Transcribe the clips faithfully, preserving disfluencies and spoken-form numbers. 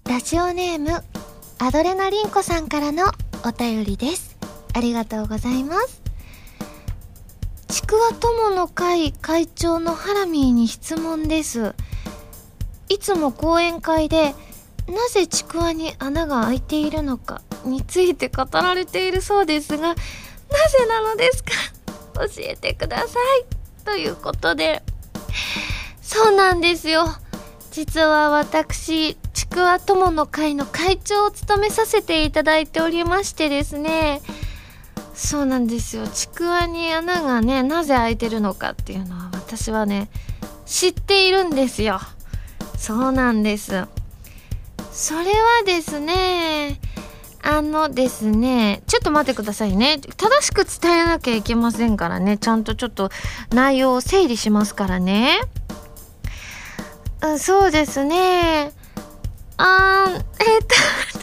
ラジオネームアドレナリンコさんからのお便りです。ありがとうございます。ちくわ友の会会長のハラミーに質問です。いつも講演会でなぜちくわに穴が開いているのかについて語られているそうですが、なぜなのですか、教えてくださいということで、そうなんですよ。実は私、ちくわ友の会の会長を務めさせていただいておりましてですね、そうなんですよ。ちくわに穴がね、なぜ開いてるのかっていうのは私はね、知っているんですよ。そうなんです。それはですね、あのですね、ちょっと待ってくださいね。正しく伝えなきゃいけませんからね。ちゃんとちょっと内容を整理しますからね。うん、そうですね。あー、えっと、えっと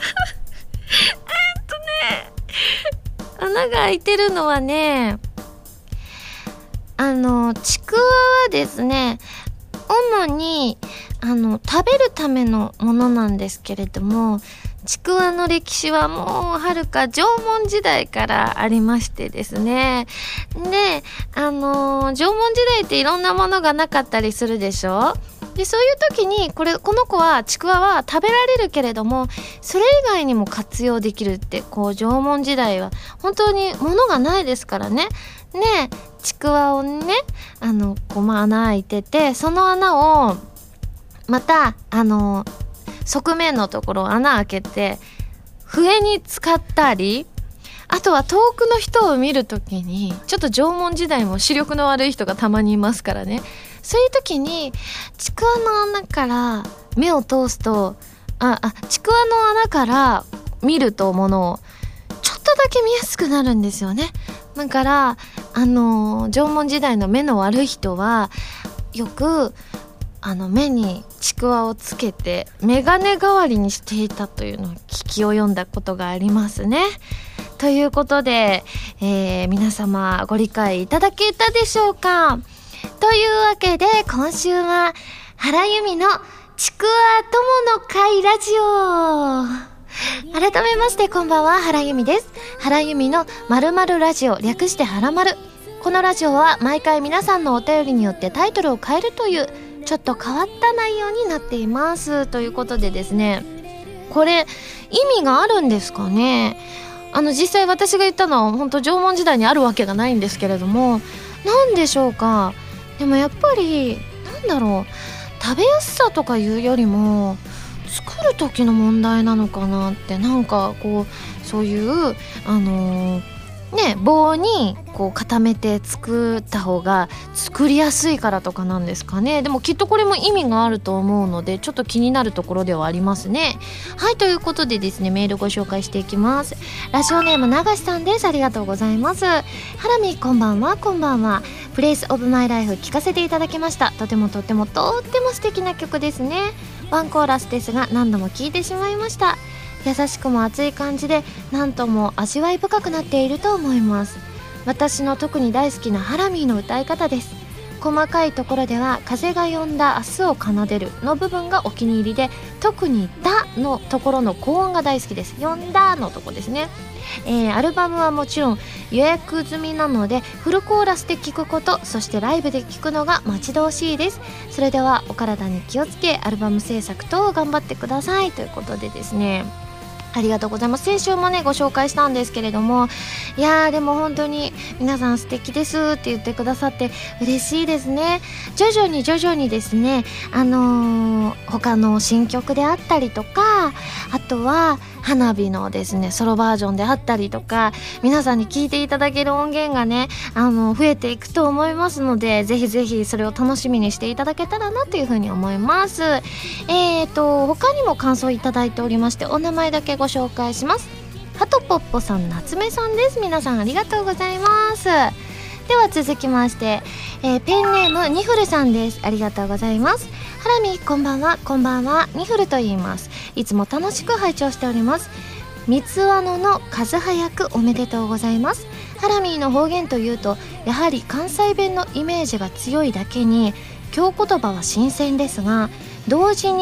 ね、穴が開いてるのはね、あの、ちくわはですね、主に、あの、食べるためのものなんですけれども、ちくわの歴史はもうはるか縄文時代からありましてですね。で、あのー、縄文時代っていろんなものがなかったりするでしょ。で、そういう時にこれこの子はちくわは食べられるけれども、それ以外にも活用できるって、こう縄文時代は本当に物がないですからね。ね、ちくわをね、あのこう、まあ、穴開いてて、その穴をまたあの側面のところを穴開けて笛に使ったり、あとは遠くの人を見るときに、ちょっと縄文時代も視力の悪い人がたまにいますからね、そういう時にちくわの穴から目を通すと、ああちくわの穴から見るとものをちょっとだけ見やすくなるんですよね。だからあの縄文時代の目の悪い人はよくあの目にちくわをつけてメガネ代わりにしていたというのを聞きを読んだことがありますね。ということで、えー、皆様ご理解いただけたでしょうか。というわけで今週は原由美のちくわ友の会ラジオ。改めましてこんばんは、原由美です。原由美の〇〇ラジオ、略してはらまる。このラジオは毎回皆さんのお便りによってタイトルを変えるというちょっと変わった内容になっています。ということでですね、これ意味があるんですかね。あの実際私が言ったのは本当縄文時代にあるわけがないんですけれども、なんでしょうか。でもやっぱりなんだろう、食べやすさとかいうよりも作る時の問題なのかなって、なんかこうそういうあのーね、棒にこう固めて作った方が作りやすいからとかなんですかね。でもきっとこれも意味があると思うので、ちょっと気になるところではありますね。はい、ということでですね、メールご紹介していきます。ラジオネームながしさんです。ありがとうございます。ハラミこんばんは。こんばんは。プレイスオブマイライフ聞かせていただきました。とてもとってもとっても素敵な曲ですね。ワンコーラスですが何度も聴いてしまいました。優しくも熱い感じでなんとも味わい深くなっていると思います。私の特に大好きなハラミーの歌い方です。細かいところでは風が呼んだ明日を奏でるの部分がお気に入りで、特にだのところの高音が大好きです。呼んだのとこですね。えー、アルバムはもちろん予約済みなのでフルコーラスで聴くこと、そしてライブで聴くのが待ち遠しいです。それではお体に気をつけアルバム制作等頑張ってくださいということでですね、ありがとうございます。先週もねご紹介したんですけれども、いやーでも本当に皆さん素敵ですって言ってくださって嬉しいですね。徐々に徐々にですね、あのー、他の新曲であったりとか、あとは花火のですねソロバージョンであったりとか、皆さんに聴いていただける音源がね、あの増えていくと思いますので、ぜひぜひそれを楽しみにしていただけたらなというふうに思います。えーと他にも感想いただいておりまして、お名前だけご紹介します。はとぽっぽさん、夏目さんです。皆さんありがとうございます。では続きまして、えー、ペンネームニフルさんです。ありがとうございます。ハラミこんばんは。こんばんは。ニフルと言います。いつも楽しく拝聴しております。三つわのの数早くおめでとうございます。ハラミーの方言というとやはり関西弁のイメージが強いだけに京言葉は新鮮ですが、同時に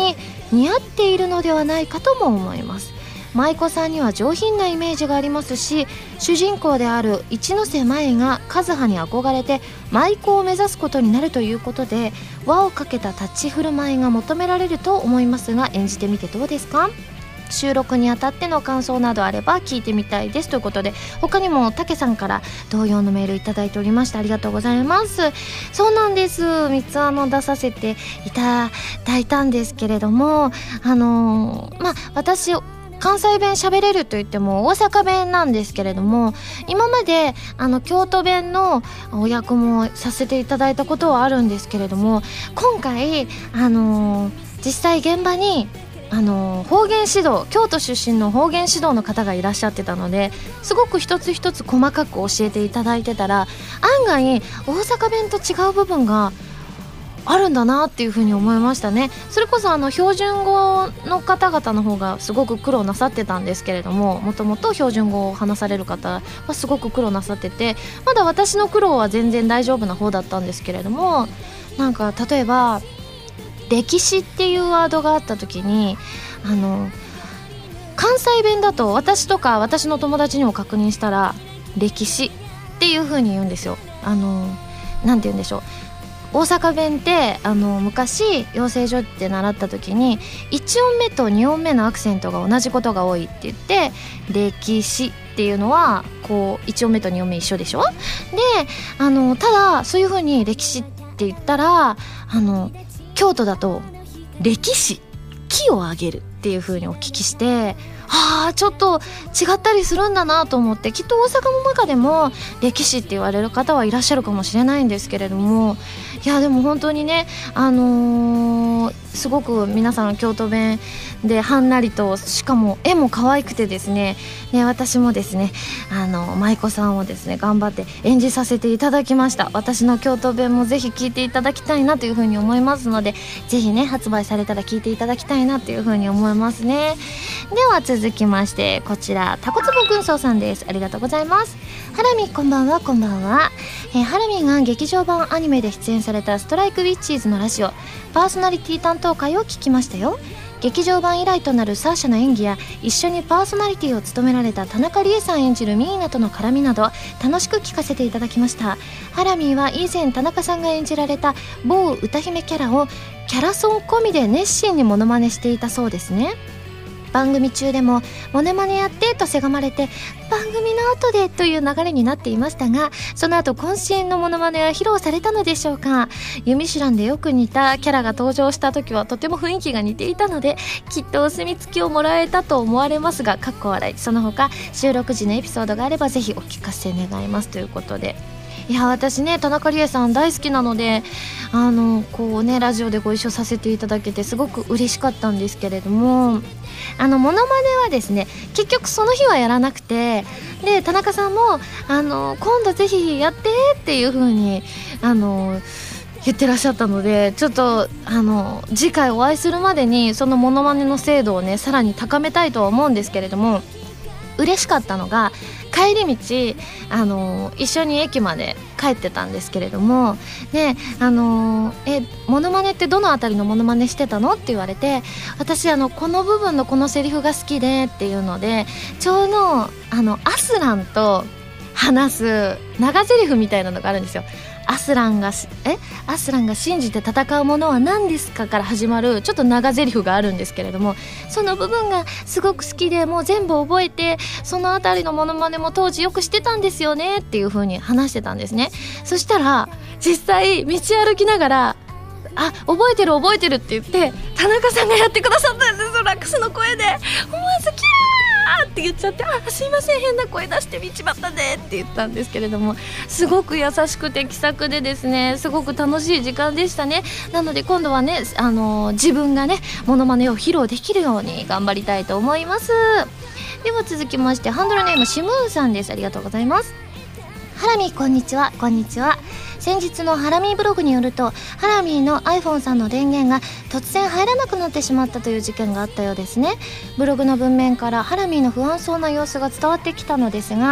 似合っているのではないかとも思います。舞妓さんには上品なイメージがありますし、主人公である一ノ瀬舞が和葉に憧れて舞妓を目指すことになるということで、輪をかけた立ち振る舞いが求められると思いますが、演じてみてどうですか？収録にあたっての感想などあれば聞いてみたいですということで、他にもたけさんから同様のメールいただいておりまして、ありがとうございます。そうなんです、みっつあの出させていただいたんですけれども、あのー、まあ私関西弁喋れると言っても大阪弁なんですけれども、今まであの京都弁のお役もさせていただいたことはあるんですけれども、今回あのー、実際現場にあのー、方言指導、京都出身の方言指導の方がいらっしゃってたので、すごく一つ一つ細かく教えていただいてたら、案外大阪弁と違う部分があるんだなっていうふうに思いましたね。それこそあの標準語の方々の方がすごく苦労なさってたんですけれども、もともと標準語を話される方はすごく苦労なさってて、まだ私の苦労は全然大丈夫な方だったんですけれども、なんか例えば歴史っていうワードがあった時に、あの関西弁だと私とか私の友達にも確認したら歴史っていう風に言うんですよ。あのなんて言うんでしょう、大阪弁ってあの昔養成所って習った時にいち音目とに音目のアクセントが同じことが多いって言って、歴史っていうのはこういち音目とに音目一緒でしょ。であのただそういう風に歴史って言ったら、あの京都だと歴史、木をあげるっていう風にお聞きして、はあちょっと違ったりするんだなと思って、きっと大阪の中でも歴史って言われる方はいらっしゃるかもしれないんですけれども、いやでも本当にね、あのー、すごく皆さん京都弁ではんなりと、しかも絵も可愛くてですね、ね私もですねあの舞妓さんをですね頑張って演じさせていただきました。私の京都弁もぜひ聞いていただきたいなというふうに思いますので、ぜひね発売されたら聞いていただきたいなというふうに思いますね。では続きましてこちら、タコツボ軍曹さんです。ありがとうございます。ハラミこんばんは。こんばんは。えー、ハラミが劇場版アニメで出演されたストライクウィッチーズのラジオパーソナリティ担当会を聞きましたよ。劇場版以来となるサーシャの演技や、一緒にパーソナリティを務められた田中理恵さん演じるミーナとの絡みなど楽しく聞かせていただきました。ハラミーは以前田中さんが演じられた某歌姫キャラをキャラソン込みで熱心にモノマネしていたそうですね。番組中でもモノマネやってとせがまれて、番組の後でという流れになっていましたが、その後渾身のモノマネは披露されたのでしょうか。ユミシュランでよく似たキャラが登場した時はとても雰囲気が似ていたので、きっとお墨付きをもらえたと思われますが、かっこ笑い。その他収録時のエピソードがあればぜひお聞かせ願いますということで、いや私ね田中理恵さん大好きなので、あのこうねラジオでご一緒させていただけてすごく嬉しかったんですけれども、あのモノマネはですね結局その日はやらなくて、で田中さんもあの今度ぜひやってっていう風にあの言ってらっしゃったので、ちょっとあの次回お会いするまでにそのモノマネの精度をねさらに高めたいとは思うんですけれども、嬉しかったのが帰り道あの一緒に駅まで帰ってたんですけれども、であのえモノマネってどのあたりのモノマネしてたのって言われて、私あのこの部分のこのセリフが好きでっていうので、ちょうどあのアスランと話す長セリフみたいなのがあるんですよ。アスランがえアスランが信じて戦うものは何ですかから始まるちょっと長台詞があるんですけれども、その部分がすごく好きでもう全部覚えて、そのあたりのモノマネも当時よくしてたんですよねっていう風に話してたんですね。そしたら実際道歩きながらあ覚えてる覚えてるって言って田中さんがやってくださったんですよ。ラックスの声で思わずキャーって言っちゃって、あすいません変な声出して道端でって言ったんですけれども、すごく優しくて気さくでですね、すごく楽しい時間でしたね。なので今度はねあの自分がねモノマネを披露できるように頑張りたいと思います。では続きましてハンドルネームシムーンさんです。ありがとうございます。ハラミこんにちは。こんにちは。先日のハラミーブログによると、ハラミーの iPhone さんの電源が突然入らなくなってしまったという事件があったようですね。ブログの文面からハラミーの不安そうな様子が伝わってきたのですが、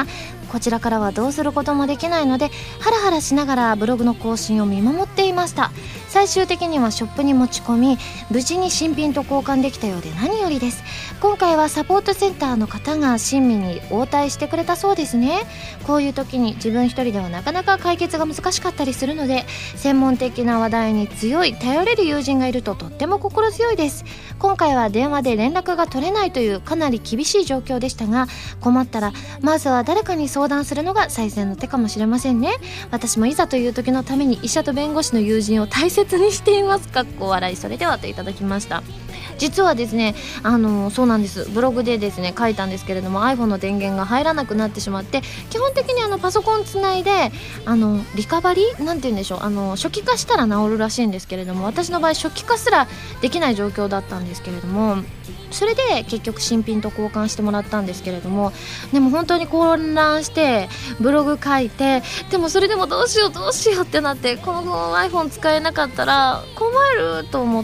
こちらからはどうすることもできないのでハラハラしながらブログの更新を見守っていました。最終的にはショップに持ち込み無事に新品と交換できたようで何よりです。今回はサポートセンターの方が親身に応対してくれたそうですね。こういう時に自分一人ではなかなか解決が難しかったりするので専門的な話題に強い頼れる友人がいるととっても心強いです。今回は電話で連絡が取れないというかなり厳しい状況でしたが、困ったらまずは誰かに相談するのが最善の手かもしれませんね。私もいざという時のために医者と弁護士の友人を大切にしています。かっこ笑い。それではといただきました。実はですね、あのそうなんです。ブログでですね書いたんですけれども iPhone の電源が入らなくなってしまって、基本的にあのパソコンつないであのリカバリーなんて言うんでしょう、あの初期化したら治るらしいんですけれども、私の場合初期化すらできない状況だったんですけれども、それで結局新品と交換してもらったんですけれども、でも本当に混乱してブログ書いて、でもそれでもどうしようどうしようってなって、この iPhone 使えなかったら困ると思って、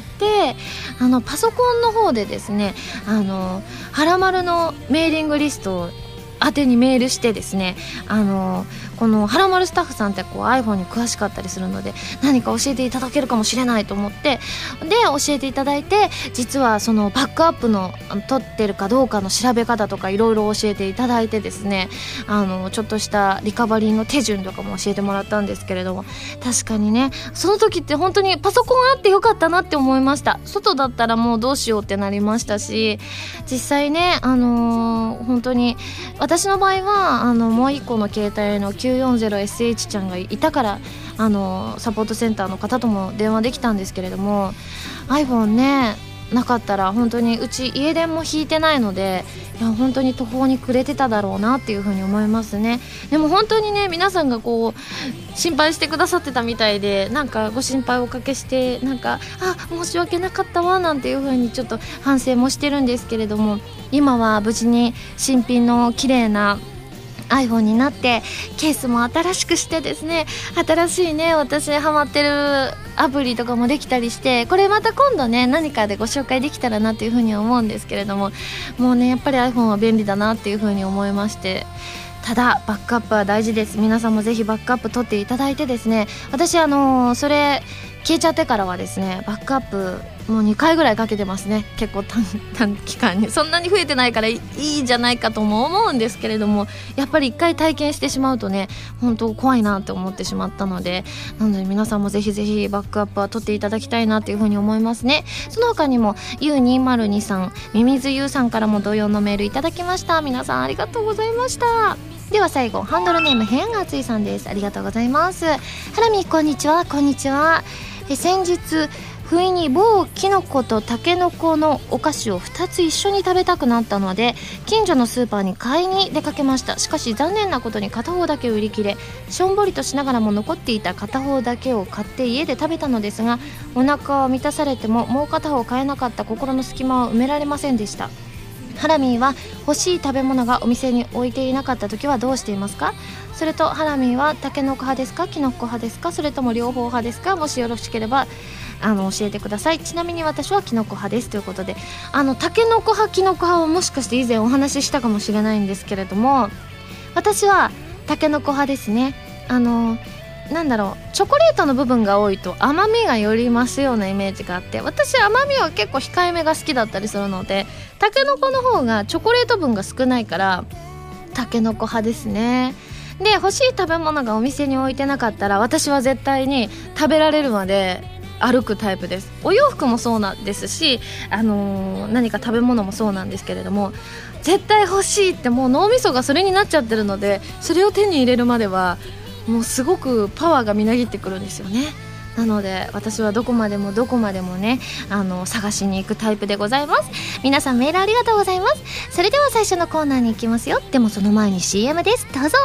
あのパソコンの方でですね、あのはらまるのメーリングリストを宛てにメールしてですね、あのこのはらまるスタッフさんってこう iPhone に詳しかったりするので何か教えていただけるかもしれないと思って、で教えていただいて、実はそのバックアップの取ってるかどうかの調べ方とかいろいろ教えていただいてですね、あのちょっとしたリカバリーの手順とかも教えてもらったんですけれども、確かにねその時って本当にパソコンあってよかったなって思いました。外だったらもうどうしようってなりましたし、実際ねあのー、本当に私の場合はあのもう一個の携帯の きゅうよんゼロエスエイチ ちゃんがいたからあのサポートセンターの方とも電話できたんですけれども、 iPhone ねなかったら本当にうち家電も引いてないので、いや本当に途方に暮れてただろうなっていうふうに思いますね。でも本当にね皆さんがこう心配してくださってたみたいで、なんかご心配をおかけしてなんかあ申し訳なかったわなんていうふうにちょっと反省もしてるんですけれども、今は無事に新品の綺麗なiPhone になってケースも新しくしてですね、新しいね私ハマってるアプリとかもできたりして、これまた今度ね何かでご紹介できたらなというふうに思うんですけれども、もうねやっぱり iPhone は便利だなっていうふうに思いまして、ただバックアップは大事です。皆さんもぜひバックアップ取っていただいてですね、私あのー、それ消えちゃってからはですねバックアップもうにかいぐらいかけてますね。結構 短, 短期間にそんなに増えてないからいいんじゃないかとも思うんですけれども、やっぱり一回体験してしまうとね本当怖いなって思ってしまったので、なので皆さんもぜひぜひバックアップは取っていただきたいなというふうに思いますね。その他にも ユーにーまるに さん、ミミズユーさんからも同様のメールいただきました。皆さんありがとうございました。では最後ハンドルネーム変があついさんです。ありがとうございます。ハラミこんにちは。こんにちは。え先日不意に某キノコとタケノコのお菓子をふたつ一緒に食べたくなったので近所のスーパーに買いに出かけました。しかし残念なことに片方だけ売り切れ、しょんぼりとしながらも残っていた片方だけを買って家で食べたのですが、お腹は満たされてももう片方買えなかった心の隙間は埋められませんでした。ハラミーは欲しい食べ物がお店に置いていなかった時はどうしていますか？それとハラミーはタケノコ派ですかキノコ派ですか、それとも両方派ですか？もしよろしければあの教えてください。ちなみに私はキノコ派ですということで、あのタケノコ派キノコ派をもしかして以前お話ししたかもしれないんですけれども、私はタケノコ派ですね。あのなんだろうチョコレートの部分が多いと甘みがより増すようなイメージがあって、私甘みは結構控えめが好きだったりするので、タケノコの方がチョコレート分が少ないからタケノコ派ですね。で欲しい食べ物がお店に置いてなかったら私は絶対に食べられるまで歩くタイプです。お洋服もそうなんですし、あのー、何か食べ物もそうなんですけれども、絶対欲しいってもう脳みそがそれになっちゃってるので、それを手に入れるまではもうすごくパワーがみなぎってくるんですよね。なので私はどこまでもどこまでもねあの探しに行くタイプでございます。皆さんメールありがとうございます。それでは最初のコーナーに行きますよ。でもその前に シーエム です。どうぞ。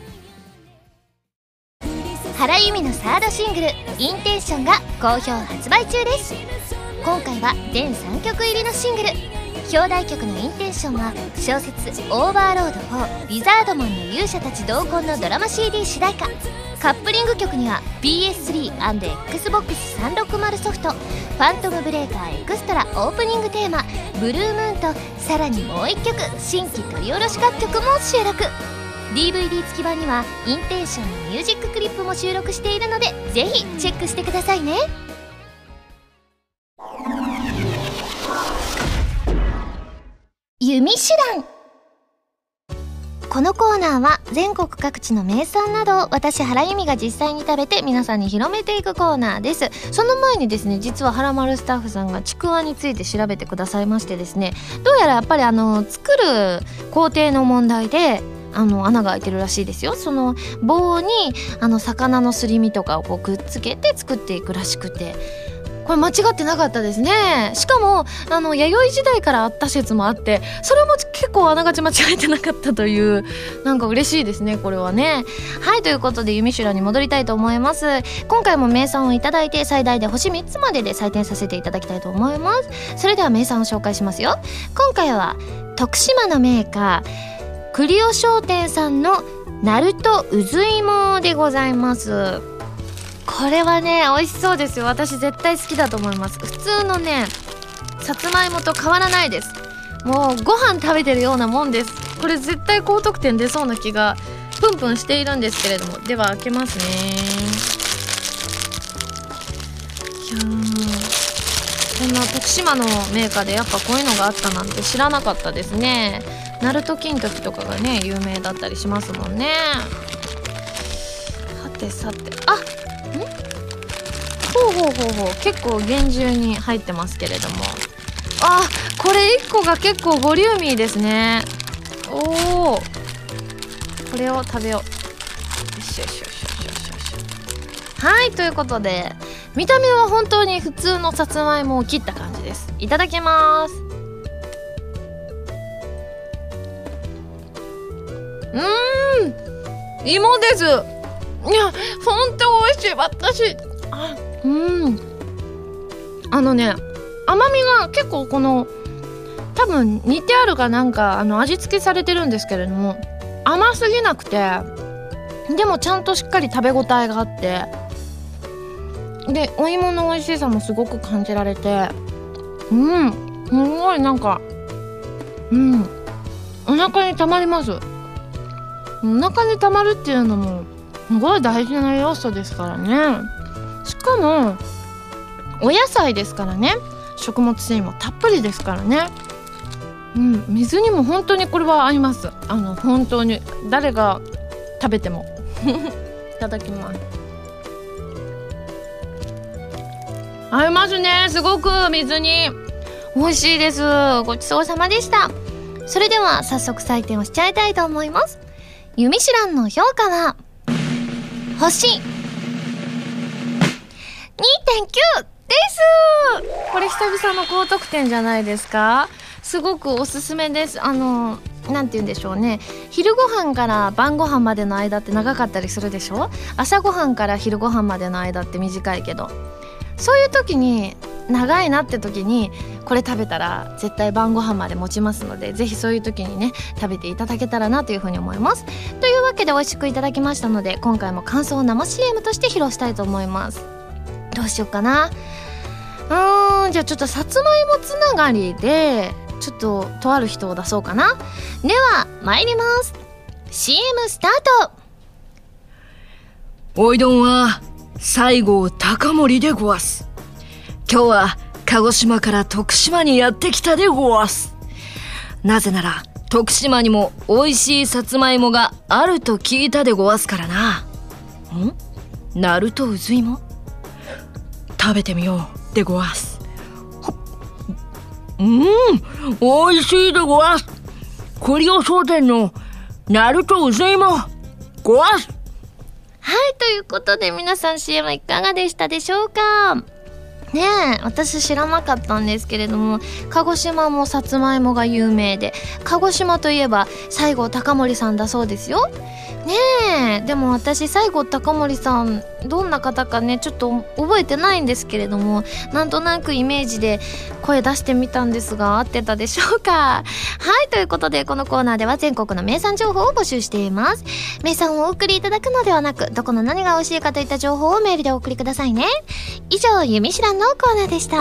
原由美のサードシングルインテンションが好評発売中です。今回は全さんきょく入りのシングル。表題曲のインテンションは小説オーバーロードフォーウィザードマンの勇者たち同梱のドラマ シーディー 主題歌。カップリング曲には ピーエススリー&エックスボックスさんびゃくろくじゅう ソフトファントムブレーカーエクストラオープニングテーマブルームーンと、さらにもういっきょく新規取り下ろし楽曲も収録。 ディーブイディー 付き版にはインテンションのミュージッククリップも収録しているので、ぜひチェックしてくださいね。弓手段。このコーナーは全国各地の名産などを私原由美が実際に食べて皆さんに広めていくコーナーです。その前にですね、実ははらまるスタッフさんがちくわについて調べてくださいましてですね、どうやらやっぱりあの作る工程の問題であの穴が開いてるらしいですよ。その棒にあの魚のすり身とかをこうくっつけて作っていくらしくて、これ間違ってなかったですね。しかもあの弥生時代からあった説もあって、それも結構あながち間違えてなかったという、なんか嬉しいですねこれはね。はい、ということで弓修羅に戻りたいと思います。今回も名産をいただいて最大で星みっつまでで採点させていただきたいと思います。それでは名産を紹介しますよ。今回は徳島のメーカー栗尾商店さんの鳴門うずいもでございます。これはね美味しそうですよ。私絶対好きだと思います。普通のねさつまいもと変わらないです。もうご飯食べてるようなもんです。これ絶対高得点出そうな気がプンプンしているんですけれども、では開けますね。いやー、こんな徳島のメーカーでやっぱこういうのがあったなんて知らなかったですね。鳴門金時とかがね有名だったりしますもんね。さてさて、あんほうほうほうほう、結構厳重に入ってますけれども、あ、これいっこが結構ボリューミーですね。おお、これを食べよう。よしよしよしよしよしよし。はい、ということで見た目は本当に普通のさつまいもを切った感じです。いただきます。うーん、芋です。いや、ほんと美味しい。私、あ、うん、あのね、甘みが結構この多分煮てあるかなんかあの味付けされてるんですけれども、甘すぎなくてでもちゃんとしっかり食べ応えがあって、でお芋の美味しさもすごく感じられて、うん、すごいなんか、うん、お腹にたまります。お腹にたまるっていうのもすごい大事な要素ですからね。しかもお野菜ですからね、食物繊維もたっぷりですからね。うん、水にも本当にこれは合います。あの本当に誰が食べてもいただきます。合いますね、すごく水に美味しいです。ごちそうさまでした。それでは早速採点をしちゃいたいと思います。弓手段の評価は星 にてんきゅう です。これ久々の高得点じゃないですか。すごくおすすめです。あのなんて言うんでしょうね、昼ご飯から晩ご飯までの間って長かったりするでしょ。朝ご飯から昼ご飯までの間って短いけど、そういう時に長いなって時にこれ食べたら絶対晩ご飯まで持ちますので、ぜひそういう時にね食べていただけたらなというふうに思います。というわけで美味しくいただきましたので、今回も感想を生 シーエム として披露したいと思います。どうしようかな。うーん、じゃあちょっとさつまいもつながりでちょっととある人を出そうかな。では参ります。 シーエム スタート。 おいどんは西郷隆盛でごわす。今日は鹿児島から徳島にやってきたでごわす。なぜなら徳島にも美味しいさつまいもがあると聞いたでごわすからな。ん？鳴門うずいも？食べてみようでごわす。うん、美味しいでごわす。栗尾商店の鳴門うずいもごわす。 はい、ということで皆さん シーエム いかがでしたでしょうか。ねえ、私知らなかったんですけれども、鹿児島もさつまいもが有名で、鹿児島といえば西郷隆盛さんだそうですよ。ねえ、でも私西郷隆盛さんどんな方かねちょっと覚えてないんですけれども、なんとなくイメージで声出してみたんですが、合ってたでしょうか。はい、ということでこのコーナーでは全国の名産情報を募集しています。名産をお送りいただくのではなく、どこの何が美味しいかといった情報をメールでお送りくださいね。以上、弓手段のコーナーでした。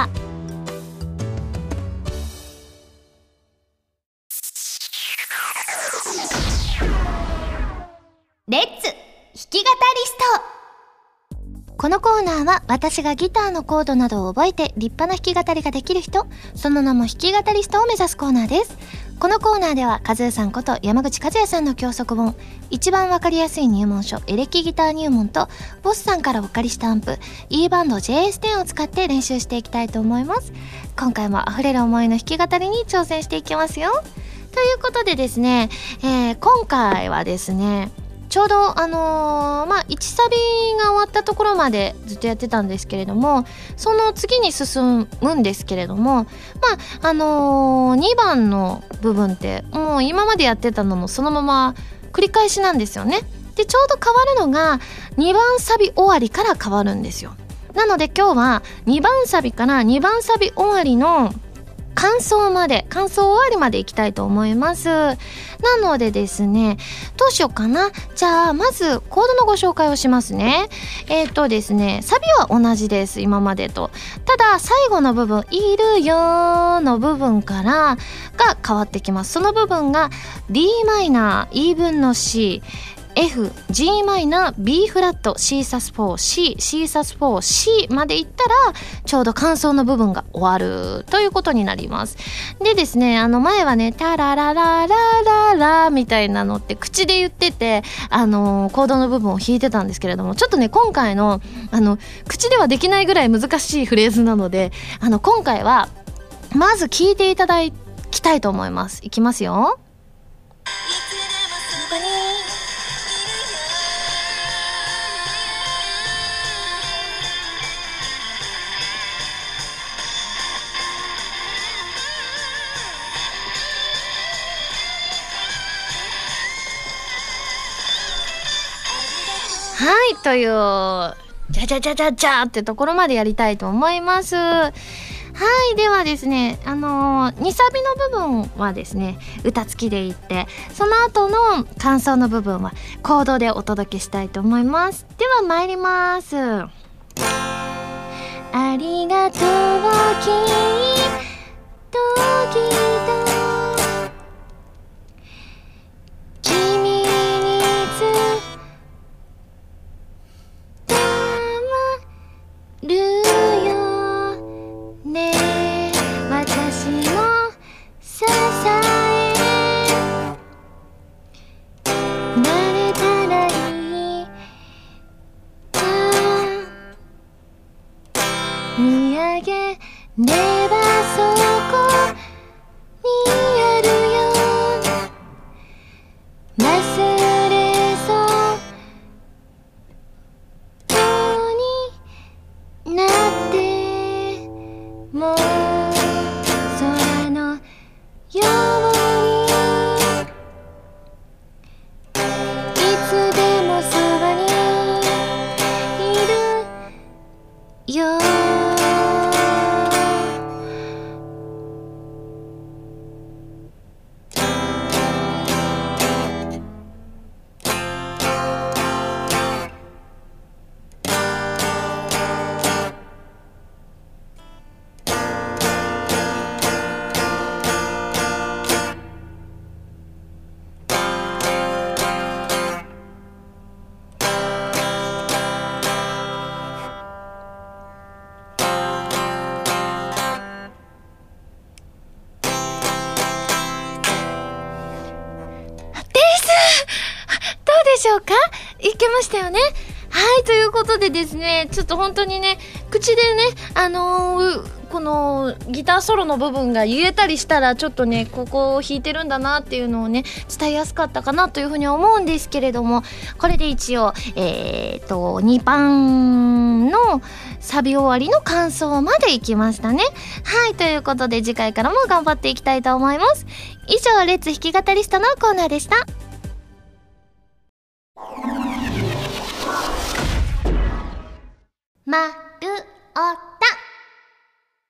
レッツ弾き語りスト。このコーナーは私がギターのコードなどを覚えて立派な弾き語りができる人、その名も弾き語りストを目指すコーナーです。このコーナーではカズーさんこと山口和也さんの教則本、一番わかりやすい入門書エレキギター入門とボスさんからお借りしたアンプ E バンド ジェイエステン を使って練習していきたいと思います。今回も溢れる思いの弾き語りに挑戦していきますよ。ということでですね、えー、今回はですねちょうどあのー、まあいちサビが終わったところまでずっとやってたんですけれども、その次に進むんですけれども、まああのー、にばんの部分ってもう今までやってたののそのまま繰り返しなんですよね。でちょうど変わるのがにばんサビ終わりから変わるんですよ。なので今日はにばんサビからにばんサビ終わりの感想まで、感想終わりまでいきたいと思います。なのでですね、どうしようかな。じゃあまずコードのご紹介をしますね。えっとですね、サビは同じです、今までと。ただ最後の部分、いるよーの部分からが変わってきます。その部分が ディー マイナー E 分の C、F、G マイナー、B フラット、C サスフォー、C、C サスフォー、C までいったらちょうど間奏の部分が終わるということになります。でですね、あの前はねタララララララみたいなのって口で言ってて、あのー、コードの部分を弾いてたんですけれども、ちょっとね今回のあの口ではできないぐらい難しいフレーズなので、あの今回はまず聴いていただきたいと思います。いきますよ。はい、というじゃじゃじゃじゃじゃってところまでやりたいと思います。はい、ではですね、あのー、にサビの部分はですね歌付きでいって、その後の感想の部分はコードでお届けしたいと思います。では参ります。ありがとうきっときっと見上げればそこにあるよ、忘れそうになっても空のようにいつでもそばにいるよ。でしょうか？いけましたよね。はい、ということでですね、ちょっと本当にね口でねあのー、このギターソロの部分が言えたりしたらちょっとねここを弾いてるんだなっていうのをね伝えやすかったかなというふうに思うんですけれども、これで一応えーとにばんのサビ終わりの感想までいきましたね。はい、ということで次回からも頑張っていきたいと思います。以上、レッツ弾き語りストのコーナーでした。まるおた。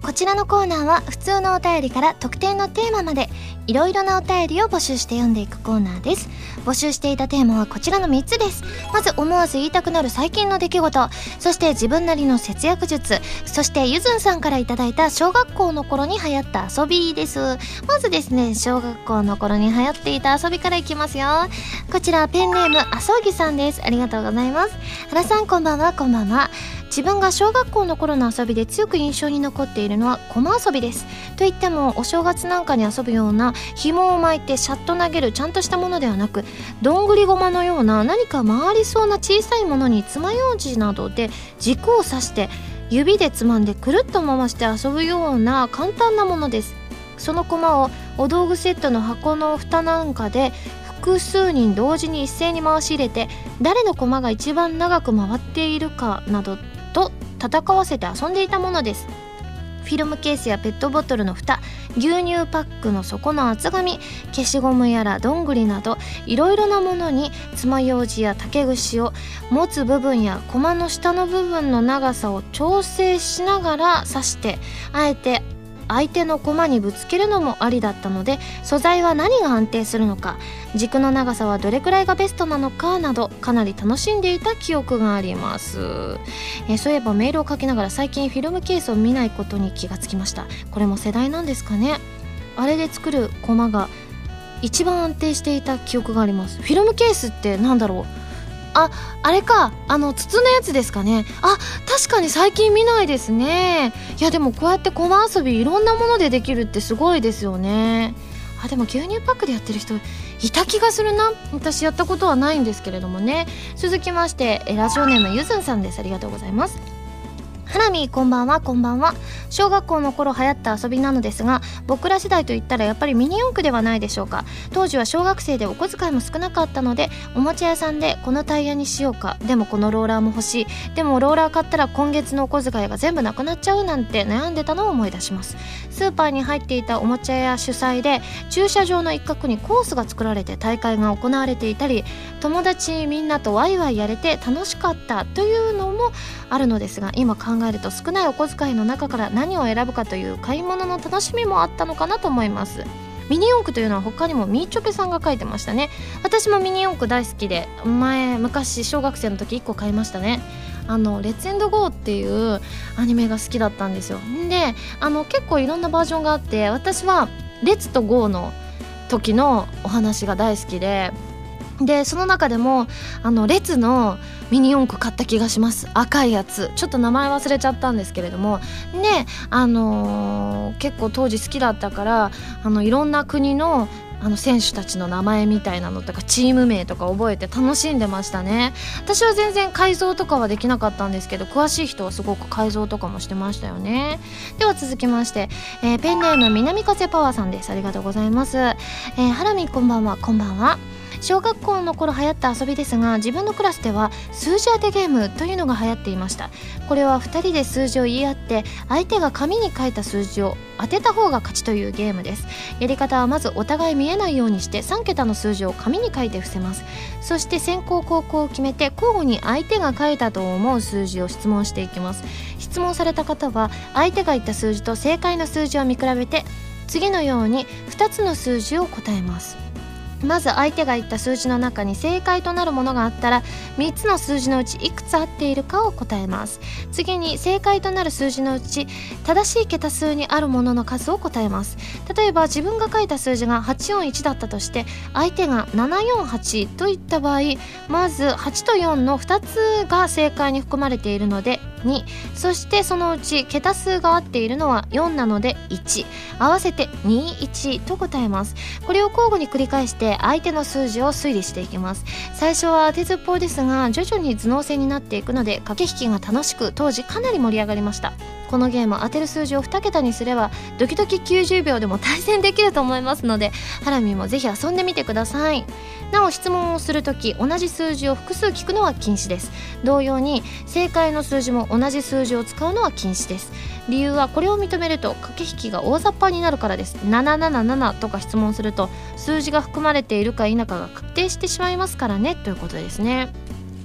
こちらのコーナーは普通のお便りから特定のテーマまでいろいろなお便りを募集して読んでいくコーナーです。募集していたテーマはこちらのみっつです。まず思わず言いたくなる最近の出来事、そして自分なりの節約術、そしてゆずんさんからいただいた小学校の頃に流行った遊びです。まずですね、小学校の頃に流行っていた遊びからいきますよ。こちらペンネームあそぎさんです。ありがとうございます。原さんこんばんは。こんばんは。自分が小学校の頃の遊びで強く印象に残っているのは駒遊びです。といってもお正月なんかに遊ぶような紐を巻いてシャッと投げるちゃんとしたものではなく、どんぐりごまのような何か回りそうな小さいものに爪楊枝などで軸を刺して指でつまんでくるっと回して遊ぶような簡単なものです。その駒をお道具セットの箱の蓋なんかで複数人同時に一斉に回し入れて、誰の駒が一番長く回っているかなどと戦わせて遊んでいたものです。フィルムケースやペットボトルの蓋、牛乳パックの底の厚紙、消しゴムやらどんぐりなどいろいろなものに爪楊枝や竹串を持つ部分や駒の下の部分の長さを調整しながら刺して、あえて相手の駒にぶつけるのもありだったので、素材は何が安定するのか、軸の長さはどれくらいがベストなのかなどかなり楽しんでいた記憶があります。えー、そういえばメールを書きながら最近フィルムケースを見ないことに気がつきました。これも世代なんですかね。あれで作る駒が一番安定していた記憶があります。フィルムケースってなんだろう、あ、あれか、あの筒のやつですかね。あ、確かに最近見ないですね。いやでもこうやって駒遊びいろんなものでできるってすごいですよね。あ、でも牛乳パックでやってる人いた気がするな。私やったことはないんですけれどもね。続きましてラジオネームゆずんさんです。ありがとうございます。ハラミこんばんは。こんばんは。小学校の頃流行った遊びなのですが、僕ら世代といったらやっぱりミニ四駆ではないでしょうか。当時は小学生でお小遣いも少なかったので、おもちゃ屋さんでこのタイヤにしようか、でもこのローラーも欲しい、でもローラー買ったら今月のお小遣いが全部なくなっちゃうなんて悩んでたのを思い出します。スーパーに入っていたおもちゃ屋主催で駐車場の一角にコースが作られて大会が行われていたり、友達みんなとワイワイやれて楽しかったというのもあるのですが、今考えると少ないお小遣いの中から何を選ぶかという買い物の楽しみもあったのかなと思います。ミニ四駆というのは他にもみーちょぺさんが書いてましたね。私もミニ四駆大好きで、前昔小学生の時いっこ買いましたね。あのレッツエンドゴーっていうアニメが好きだったんですよ。で、あの結構いろんなバージョンがあって、私はレッツとゴーの時のお話が大好きで、でその中でもあのレツのミニ四駆買った気がします。赤いやつ、ちょっと名前忘れちゃったんですけれどもね、あのー、結構当時好きだったから、あのいろんな国のあの選手たちの名前みたいなのとかチーム名とか覚えて楽しんでましたね。私は全然改造とかはできなかったんですけど、詳しい人はすごく改造とかもしてましたよね。では続きまして、えー、ペンネーム南風パワーさんです。ありがとうございます。えー、ハラミこんばんは。こんばんは。小学校の頃流行った遊びですが、自分のクラスでは数字当てゲームというのが流行っていました。これはふたりで数字を言い合って、相手が紙に書いた数字を当てた方が勝ちというゲームです。やり方はまずお互い見えないようにしてさんけたの数字を紙に書いて伏せます。そして先攻後攻を決めて、交互に相手が書いたと思う数字を質問していきます。質問された方は相手が言った数字と正解の数字を見比べて、次のようにふたつの数字を答えます。まず相手が言った数字の中に正解となるものがあったら、みっつの数字のうちいくつ合っているかを答えます。次に正解となる数字のうち正しい桁数にあるものの数を答えます。例えば自分が書いた数字がはちよんいちだったとして、相手がななよんはちといった場合、まずはちとよんのふたつが正解に含まれているのでに、そしてそのうち桁数が合っているのはよんなのでいち、合わせてにいちと答えます。これを交互に繰り返して相手の数字を推理していきます。最初は当てずっぽうですが、徐々に頭脳戦になっていくので駆け引きが楽しく、当時かなり盛り上がりました。このゲーム当てる数字をにけたにすればドキドキきゅうじゅうびょうでも対戦できると思いますので、ハラミもぜひ遊んでみてください。なお質問をするとき、同じ数字を複数聞くのは禁止です。同様に正解の数字も同じ数字を使うのは禁止です。理由はこれを認めると駆け引きが大雑把になるからです。ななななななとか質問すると数字が含まれているか否かが確定してしまいますからね、ということですね。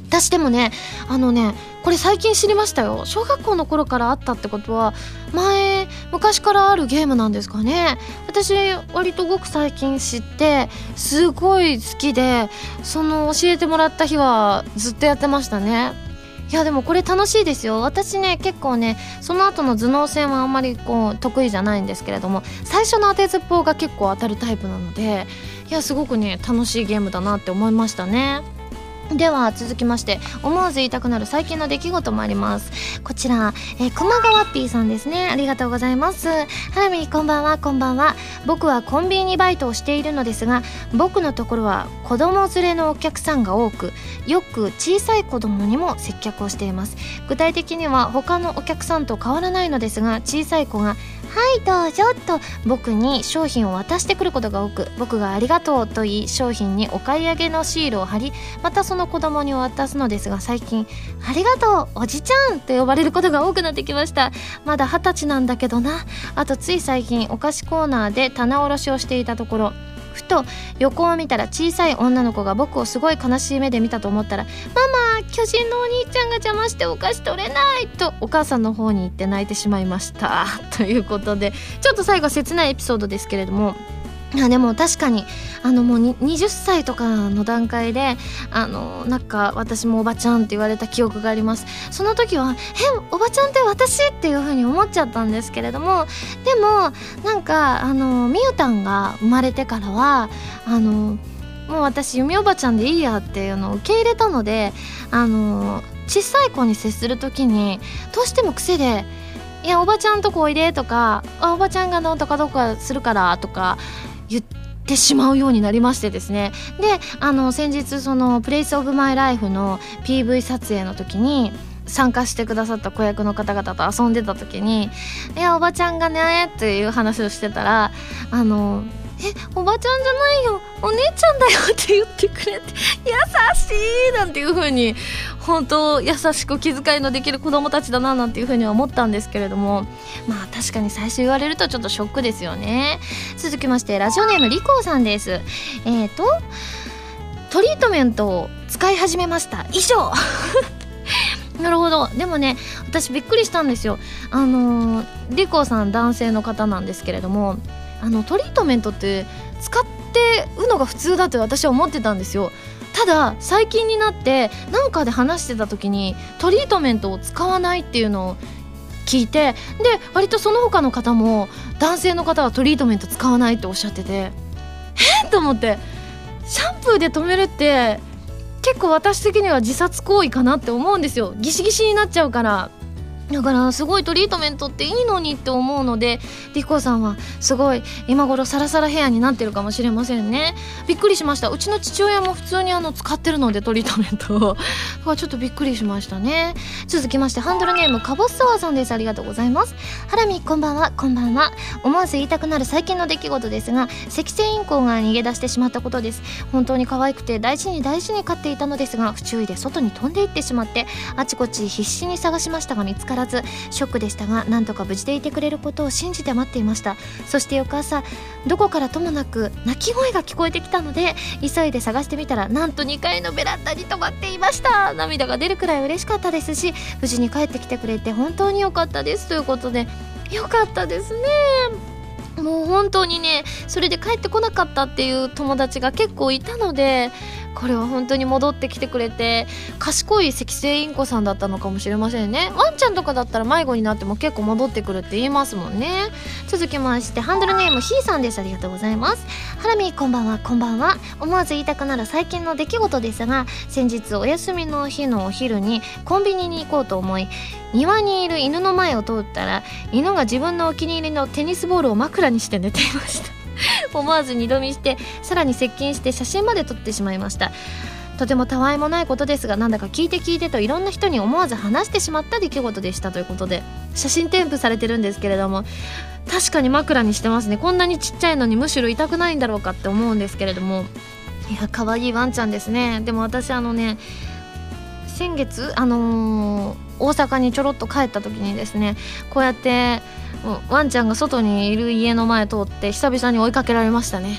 私でもねあのねこれ最近知りましたよ。小学校の頃からあったってことは前昔からあるゲームなんですかね。私割とごく最近知ってすごい好きで、その教えてもらった日はずっとやってましたね。いやでもこれ楽しいですよ。私ね結構ねその後の頭脳戦はあんまりこう得意じゃないんですけれども、最初の当てずっぽうが結構当たるタイプなので、いやすごくね楽しいゲームだなって思いましたね。では続きまして思わず言いたくなる最近の出来事もあります。こちら、えー、熊川 P さんですね。ありがとうございます。はらみこんばんは。こんばんは。僕はコンビニバイトをしているのですが、僕のところは子供連れのお客さんが多く、よく小さい子供にも接客をしています。具体的には他のお客さんと変わらないのですが、小さい子がはいどうぞと僕に商品を渡してくることが多く、僕がありがとうと言い商品にお買い上げのシールを貼り、またその子供に渡すのですが、最近ありがとうおじちゃんと呼ばれることが多くなってきました。まだ二十歳なんだけどな。あとつい最近お菓子コーナーで棚卸しをしていたところ、ふと横を見たら小さい女の子が僕をすごい悲しい目で見たと思ったら、ママ巨人のお兄ちゃんが邪魔してお菓子取れないとお母さんの方に行って泣いてしまいましたということで、ちょっと最後切ないエピソードですけれども、あでも確かにあのもうにはたちとかの段階であのなんか私もおばちゃんって言われた記憶があります。その時はえおばちゃんって私っていう風に思っちゃったんですけれども、でもなんかあのみゆたんが生まれてからはあのもう私ゆみおばちゃんでいいやっていうのを受け入れたので、あの小さい子に接する時にどうしても癖でいやおばちゃんとこおいでとか、あおばちゃんがなんとかどうかするからとか言ってしまうようになりましてですね。であの先日そのプレイスオブマイライフの ピーブイ 撮影の時に参加してくださった子役の方々と遊んでた時に、いやおばちゃんがねっていう話をしてたら、あのえおばちゃんじゃないよお姉ちゃんだよって言ってくれて、優しいなんていう風に本当優しく気遣いのできる子供たちだななんていう風には思ったんですけれども、まあ確かに最初言われるとちょっとショックですよね。続きましてラジオネームリコーさんです。えーとトリートメントを使い始めました以上なるほど。でもね私びっくりしたんですよ。あのー、リコーさん男性の方なんですけれども、あのトリートメントって使ってうのが普通だって私は思ってたんですよ。ただ最近になってなんかで話してた時にトリートメントを使わないっていうのを聞いて、で割とその他の方も男性の方はトリートメント使わないっておっしゃってて、えっと思って、シャンプーで止めるって結構私的には自殺行為かなって思うんですよ。ギシギシになっちゃうから。だからすごいトリートメントっていいのにって思うので、リコさんはすごい今頃サラサラヘアになってるかもしれませんね。びっくりしました。うちの父親も普通にあの使ってるのでトリートメントをちょっとびっくりしましたね。続きましてハンドルネームカボッサワーさんです。ありがとうございます。ハラミこんばんは。こんばんは。思わず言いたくなる最近の出来事ですが、セキセイインコが逃げ出してしまったことです。本当に可愛くて大事に大事に飼っていたのですが、不注意で外に飛んでいってしまってあちこち必死に探しましたが見つからずショックでしたが、なんとか無事でいてくれることを信じて待っていました。そして翌朝どこからともなく泣き声が聞こえてきたので急いで探してみたら、なんとにかいのベランダに止まっていました。涙が出るくらい嬉しかったですし、無事に帰ってきてくれて本当に良かったですということで、良かったですね。もう本当にね、それで帰ってこなかったっていう友達が結構いたので、これは本当に戻ってきてくれて賢いセキセイインコさんだったのかもしれませんね。ワンちゃんとかだったら迷子になっても結構戻ってくるって言いますもんね。続きましてハンドルネームヒーさんです。ありがとうございます。ハラミこんばんは。こんばんは。思わず言いたくなる最近の出来事ですが、先日お休みの日のお昼にコンビニに行こうと思い、庭にいる犬の前を通ったら、犬が自分のお気に入りのテニスボールを枕にして寝ていました思わず二度見して、さらに接近して写真まで撮ってしまいました。とてもたわいもないことですが、なんだか聞いて聞いてといろんな人に思わず話してしまった出来事でしたということで、写真添付されてるんですけれども、確かに枕にしてますね。こんなにちっちゃいのにむしろ痛くないんだろうかって思うんですけれども、いや可愛いワンちゃんですね。でも私あのね、先月あのー、大阪にちょろっと帰った時にですね、こうやってワンちゃんが外にいる家の前通って久々に追いかけられましたね。やっ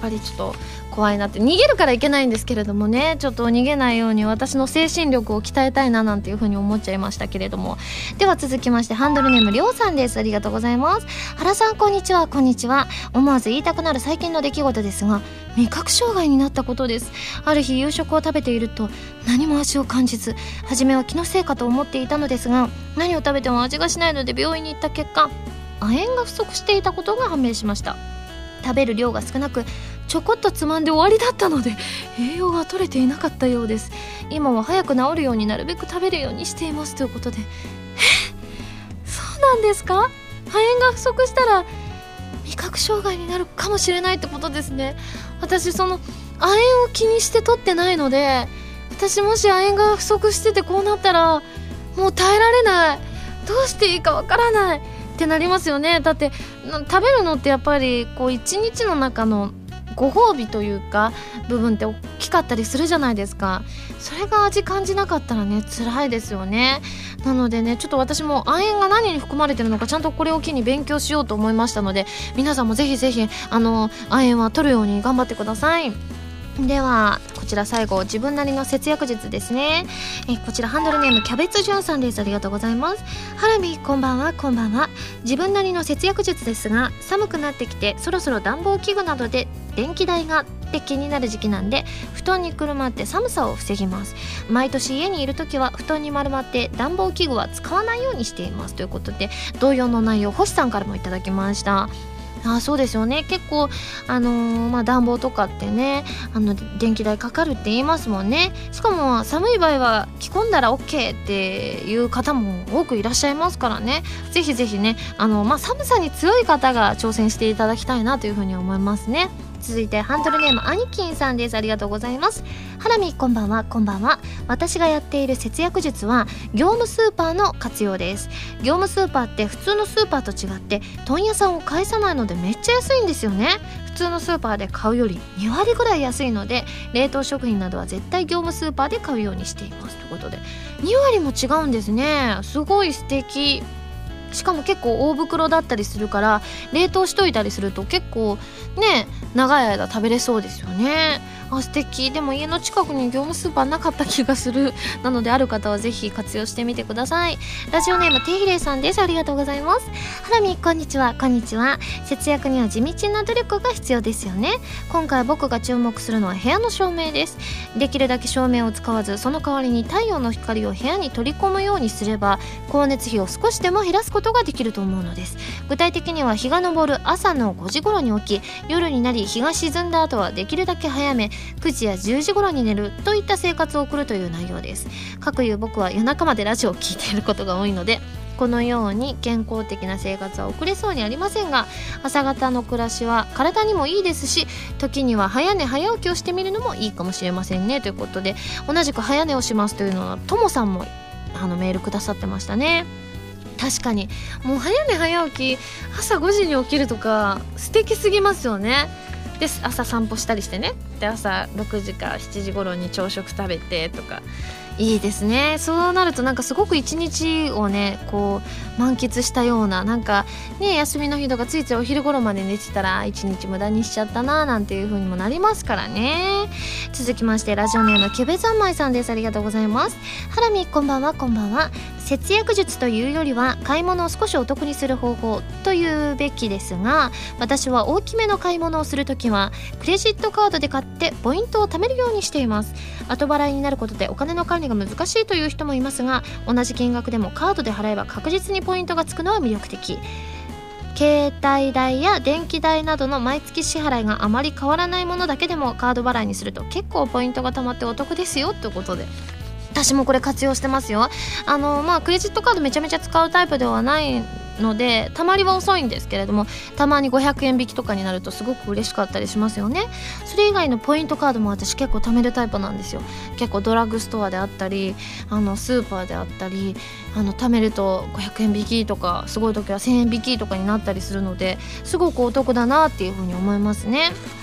ぱりちょっと怖いなって、逃げるからいけないんですけれどもね、ちょっと逃げないように私の精神力を鍛えたいななんていう風に思っちゃいましたけれども。では続きましてハンドルネームりょうさんです。ありがとうございます。原さんこんにちは。こんにちは。思わず言いたくなる最近の出来事ですが、味覚障害になったことです。ある日夕食を食べていると何も味を感じず、初めは気のせいかと思っていたのですが、何を食べても味がしないので病院に行った結果、亜鉛が不足していたことが判明しました。食べる量が少なくちょこっとつまんで終わりだったので栄養が取れていなかったようです。今は早く治るようになるべく食べるようにしていますということで。え、そうなんですか？亜鉛が不足したら味覚障害になるかもしれないってことですね。私その亜鉛を気にして取ってないので、私もし亜鉛が不足しててこうなったらもう耐えられない、どうしていいかわからないってなりますよね。だって食べるのってやっぱりこう一日の中のご褒美というか部分って大きかったりするじゃないですか。それが味感じなかったらね辛いですよね。なのでね、ちょっと私も亜鉛が何に含まれてるのかちゃんとこれを機に勉強しようと思いましたので、皆さんもぜひぜひあの亜鉛は取るように頑張ってください。ではこちら最後、自分なりの節約術ですね。えこちらハンドルネームキャベツジュンさんです。ありがとうございます。ハラミこんばんは。こんばんは。自分なりの節約術ですが、寒くなってきてそろそろ暖房器具などで電気代がって気になる時期なんで、布団にくるまって寒さを防ぎます。毎年家にいるときは布団に丸まって暖房器具は使わないようにしていますということで、同様の内容星さんからもいただきました。あ、そうですよね。結構あのー、まあ暖房とかってね、あの電気代かかるって言いますもんね。しかも寒い場合は着込んだら OK っていう方も多くいらっしゃいますからね。ぜひぜひね、あの、まあ、寒さに強い方が挑戦していただきたいなというふうに思いますね。続いてハンドルネームアニキンさんです。ありがとうございます。ハラミこんばんは。こんばんは。私がやっている節約術は業務スーパーの活用です。業務スーパーって普通のスーパーと違って問屋さんを介さないのでめっちゃ安いんですよね。普通のスーパーで買うよりにわりぐらい安いので、冷凍食品などは絶対業務スーパーで買うようにしていますということで、にわりも違うんですね。すごい素敵。しかも結構大袋だったりするから冷凍しといたりすると結構ね長い間食べれそうですよね。あ、素敵。でも家の近くに業務スーパーなかった気がする。なのである方はぜひ活用してみてください。ラジオネームてひれさんです。ありがとうございます。ハラミこんにちは。こんにちは。節約には地道な努力が必要ですよね。今回僕が注目するのは部屋の照明です。できるだけ照明を使わず、その代わりに太陽の光を部屋に取り込むようにすれば光熱費を少しでも減らすことができると思うのです。具体的には日が昇る朝のごじ頃に起き、夜になり日が沈んだ後はできるだけ早めくじやじゅうじ頃に寝るといった生活を送るという内容です。かくいう僕は夜中までラジオを聞いていることが多いので、このように健康的な生活は送れそうにありませんが、朝方の暮らしは体にもいいですし、時には早寝早起きをしてみるのもいいかもしれませんねということで、同じく早寝をしますというのはともさんもあのメールくださってましたね。確かにもう早寝早起き、朝ごじに起きるとか素敵すぎますよね。で朝散歩したりしてね、で朝ろくじかしちじ頃に朝食食べてとかいいですね。そうなるとなんかすごく一日をねこう満喫したような、なんかね休みの日とかついついお昼頃まで寝てたら一日無駄にしちゃったななんていう風にもなりますからね。続きましてラジオネームキュベ三昧さんです。ありがとうございます。ハラミこんばんは。こんばんは。節約術というよりは買い物を少しお得にする方法というべきですが、私は大きめの買い物をするときはクレジットカードで買ってポイントを貯めるようにしています。後払いになることでお金の管理が難しいという人もいますが、同じ金額でもカードで払えば確実にポイントがつくのは魅力的。携帯代や電気代などの毎月支払いがあまり変わらないものだけでもカード払いにすると結構ポイントが貯まってお得ですよということで、私もこれ活用してますよ。あのまあクレジットカードめちゃめちゃ使うタイプではないのでたまりは遅いんですけれども、たまにごひゃくえん引きとかになるとすごく嬉しかったりしますよね。それ以外のポイントカードも私結構貯めるタイプなんですよ。結構ドラッグストアであったりあのスーパーであったり、あの貯めるとごひゃくえん引きとかすごい時はせんえん引きとかになったりするので、すごくお得だなっていうふうに思いますね。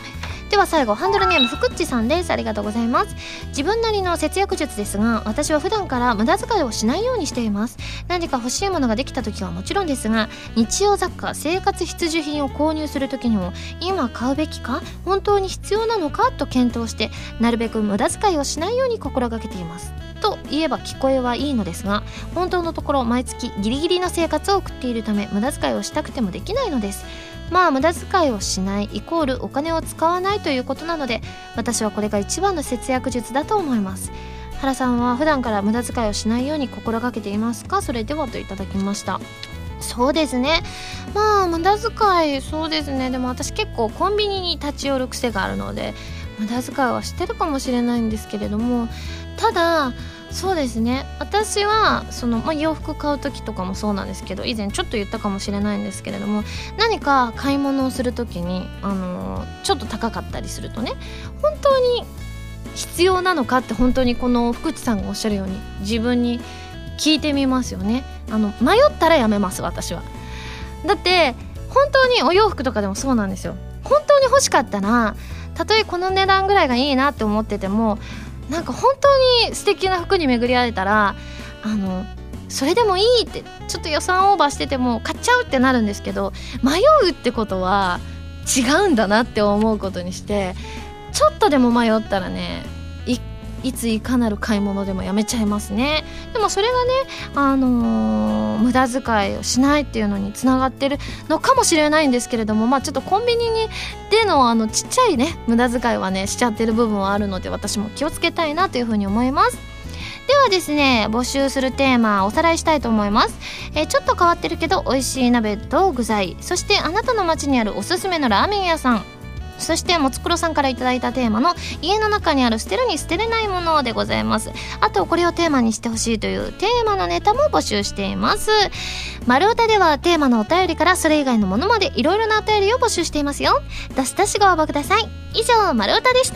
では最後、ハンドルネームふくっちさんです。ありがとうございます。自分なりの節約術ですが、私は普段から無駄遣いをしないようにしています。何か欲しいものができた時はもちろんですが、日用雑貨、生活必需品を購入する時にも、今買うべきか、本当に必要なのかと検討して、なるべく無駄遣いをしないように心がけています。と言えば聞こえはいいのですが、本当のところ毎月ギリギリの生活を送っているため、無駄遣いをしたくてもできないのです。まあ無駄遣いをしないイコールお金を使わないということなので、私はこれが一番の節約術だと思います。原さんは普段から無駄遣いをしないように心がけていますか？それではといただきました。そうですね、まあ無駄遣い、そうですね、でも私結構コンビニに立ち寄る癖があるので、無駄遣いはしてるかもしれないんですけれども、ただそうですね、私はその、まあ、洋服買う時とかもそうなんですけど、以前ちょっと言ったかもしれないんですけれども、何か買い物をする時に、あのー、ちょっと高かったりするとね、本当に必要なのかって本当にこの福地さんがおっしゃるように自分に聞いてみますよね。あの迷ったらやめます、私は。だって本当にお洋服とかでもそうなんですよ。本当に欲しかったら、たとえこの値段ぐらいがいいなって思ってても、なんか本当に素敵な服に巡り合えたら、あのそれでもいいってちょっと予算オーバーしてても買っちゃうってなるんですけど、迷うってことは違うんだなって思うことにして、ちょっとでも迷ったらね、 い, いついかなる買い物でもやめちゃいますね。でもそれがね、あのー、無駄遣いをしないっていうのにつながってるのかもしれないんですけれども、まあちょっとコンビニにでのあのちっちゃいね無駄遣いはねしちゃってる部分はあるので、私も気をつけたいなというふうに思います。ではですね、募集するテーマおさらいしたいと思います。えー、ちょっと変わってるけど美味しい鍋と具材、そしてあなたの街にあるおすすめのラーメン屋さん、そしてもつくろさんからいただいたテーマの家の中にある捨てるに捨てれないものでございます。あとこれをテーマにしてほしいというテーマのネタも募集しています。丸太ではテーマのお便りからそれ以外のものまでいろいろなお便りを募集していますよ。どしどしご応募ください。以上、丸太でした。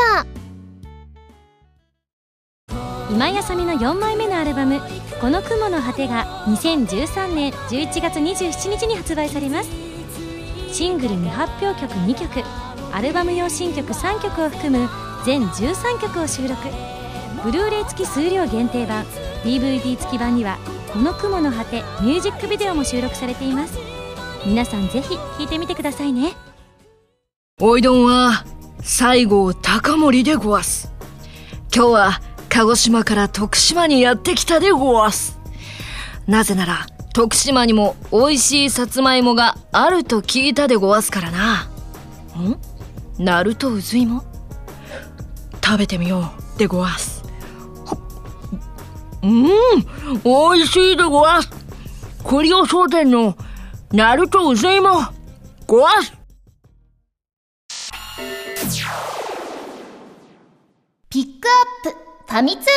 今井あさみのよんまいめのアルバム「この雲の果て」がにせんじゅうさんねんじゅういちがつにじゅうしちにちに発売されます。シングル未発表曲にきょく、アルバム用新曲さんきょくを含む全じゅうさんきょくを収録。ブルーレイ付き数量限定版、 ディーブイディー 付き版には「この雲の果て」ミュージックビデオも収録されています。皆さんぜひ聴いてみてくださいね。 おいどんは西郷隆盛でごわす。今日は鹿児島から徳島にやってきたでごわす。なぜなら徳島にも美味しいさつまいもがあると聞いたでごわすからな。ん？ナルトうずいも？食べてみようでごわす。うん、美味しいでごわす。栗尾商店のナルトうずいもごわす。 ピックアップファミ通ニュー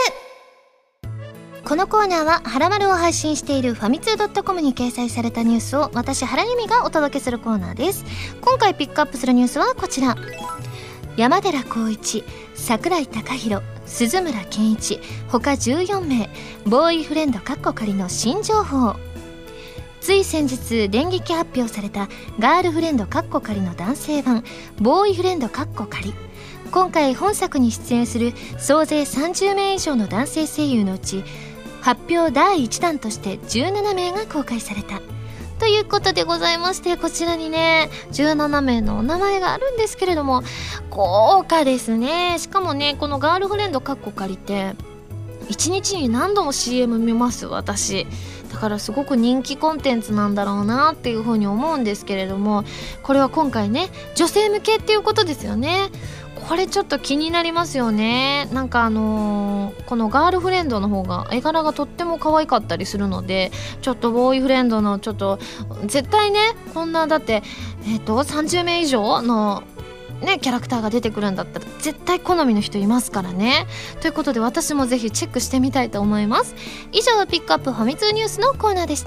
ス。このコーナーははらまるを配信しているファミツー .com に掲載されたニュースを私原由美がお届けするコーナーです。今回ピックアップするニュースはこちら。山寺宏一、櫻井貴弘、鈴村健一他じゅうよんめいボーイフレンドカッコ仮の新情報。つい先日電撃発表されたガールフレンドカッコ仮の男性版ボーイフレンドカッコ仮。今回本作に出演する総勢さんじゅうめい以上の男性声優のうち発表だいいちだんとしてじゅうななめいが公開されたということでございまして、こちらにねじゅうななめいのお名前があるんですけれども、豪華ですね。しかもね、このガールフレンドカッコ仮っていちにちに何度も シーエム 見ます私。だからすごく人気コンテンツなんだろうなっていうふうに思うんですけれども、これは今回ね女性向けっていうことですよね。これちょっと気になりますよね。なんかあのー、このガールフレンドの方が絵柄がとっても可愛かったりするので、ちょっとボーイフレンドのちょっと絶対ね、こんなだってえっとさんじゅうめい以上のねキャラクターが出てくるんだったら絶対好みの人いますからね。ということで私もぜひチェックしてみたいと思います。以上、ピックアップファミ通ニュースのコーナーでした。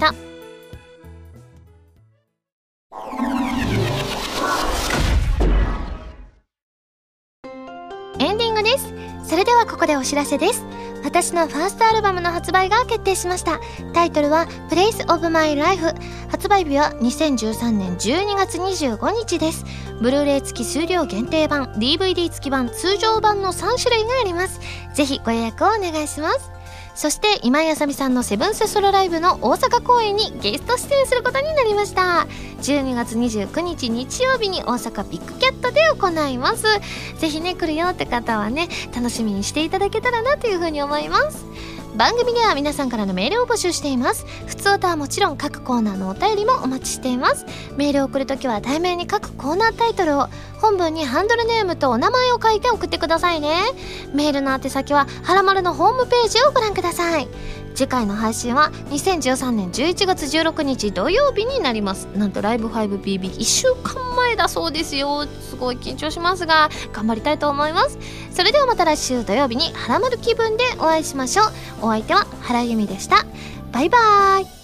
エンディングです。それではここでお知らせです。私のファーストアルバムの発売が決定しました。タイトルは Place of My Life。 発売日はにせんじゅうさんねんじゅうにがつにじゅうごにちです。ブルーレイ付き数量限定版、 ディーブイディー 付き版、通常版のさんしゅるいがあります。ぜひご予約をお願いします。そして今井あさみさんのセブンスソロライブの大阪公演にゲスト出演することになりました。じゅうにがつにじゅうくにち日曜日に大阪ビッグキャットで行います。ぜひね、来るよって方はね、楽しみにしていただけたらなというふうに思います。番組では皆さんからのメールを募集しています。普通歌はもちろん各コーナーのお便りもお待ちしています。メールを送るときは題名に各コーナータイトルを、本文にハンドルネームとお名前を書いて送ってくださいね。メールの宛先ははらまるのホームページをご覧ください。次回の配信はにせんじゅうさんねんじゅういちがつじゅうろくにち土曜日になります。なんとライブ ファイブビービーいっしゅうかんまえだそうですよ。すごい緊張しますが頑張りたいと思います。それではまた来週土曜日にはらまる気分でお会いしましょう。お相手は原由美でした。バイバーイ。